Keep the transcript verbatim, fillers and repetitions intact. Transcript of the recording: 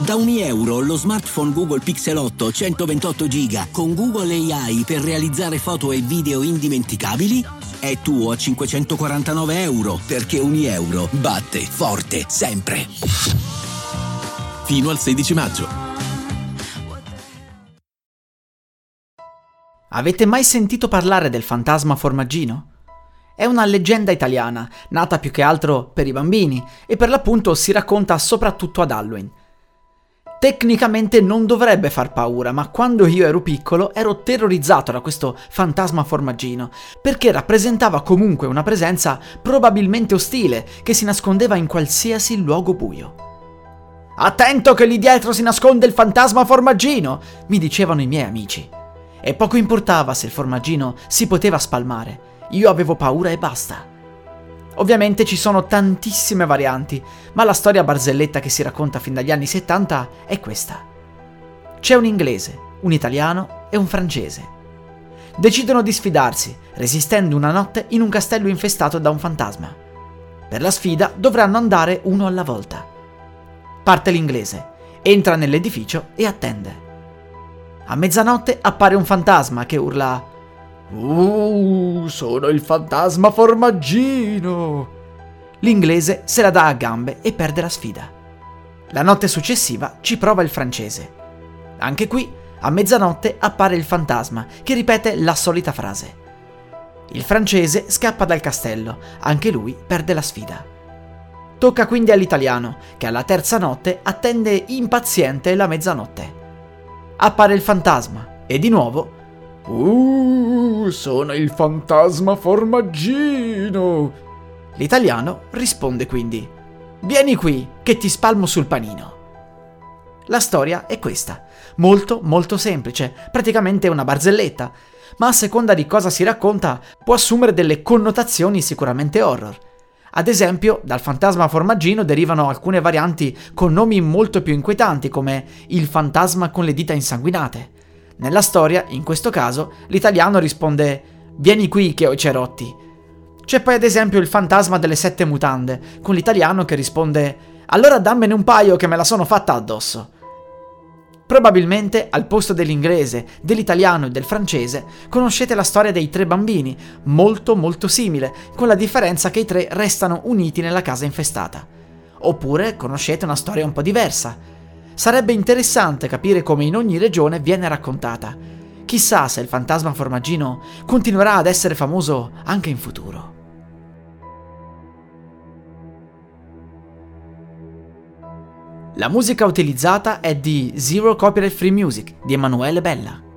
Da un euro lo smartphone Google Pixel otto centoventotto giga con Google A I per realizzare foto e video indimenticabili è tuo a cinquecentoquarantanove euro, perché un euro batte forte sempre. Fino al sedici maggio. Avete mai sentito parlare del fantasma formaggino? È una leggenda italiana, nata più che altro per i bambini e per l'appunto si racconta soprattutto ad Halloween. Tecnicamente non dovrebbe far paura, ma quando io ero piccolo ero terrorizzato da questo fantasma formaggino, perché rappresentava comunque una presenza probabilmente ostile che si nascondeva in qualsiasi luogo buio. «Attento che lì dietro si nasconde il fantasma formaggino!» mi dicevano i miei amici. E poco importava se il formaggino si poteva spalmare, io avevo paura e basta. Ovviamente ci sono tantissime varianti, ma la storia barzelletta che si racconta fin dagli anni settanta è questa. C'è un inglese, un italiano e un francese. Decidono di sfidarsi, resistendo una notte in un castello infestato da un fantasma. Per la sfida dovranno andare uno alla volta. Parte l'inglese, entra nell'edificio e attende. A mezzanotte appare un fantasma che urla: «Uh, sono il fantasma formaggino!» L'inglese se la dà a gambe e perde la sfida. La notte successiva ci prova il francese. Anche qui, a mezzanotte appare il fantasma che ripete la solita frase. Il francese scappa dal castello, anche lui perde la sfida. Tocca quindi all'italiano, che alla terza notte attende impaziente la mezzanotte. Appare il fantasma e di nuovo: «Uh, sono il fantasma formaggino!» L'italiano risponde quindi: «Vieni qui, che ti spalmo sul panino!» La storia è questa, molto molto semplice, praticamente una barzelletta, ma a seconda di cosa si racconta può assumere delle connotazioni sicuramente horror. Ad esempio, dal fantasma formaggino derivano alcune varianti con nomi molto più inquietanti, come il fantasma con le dita insanguinate. Nella storia, in questo caso, l'italiano risponde: «Vieni qui che ho i cerotti!» C'è poi ad esempio il fantasma delle sette mutande, con l'italiano che risponde: «Allora dammene un paio che me la sono fatta addosso!» Probabilmente, al posto dell'inglese, dell'italiano e del francese, conoscete la storia dei tre bambini, molto molto simile, con la differenza che i tre restano uniti nella casa infestata. Oppure conoscete una storia un po' diversa. Sarebbe interessante capire come in ogni regione viene raccontata. Chissà se il fantasma formaggino continuerà ad essere famoso anche in futuro. La musica utilizzata è di Zero Copyright Free Music di Emanuele Bella.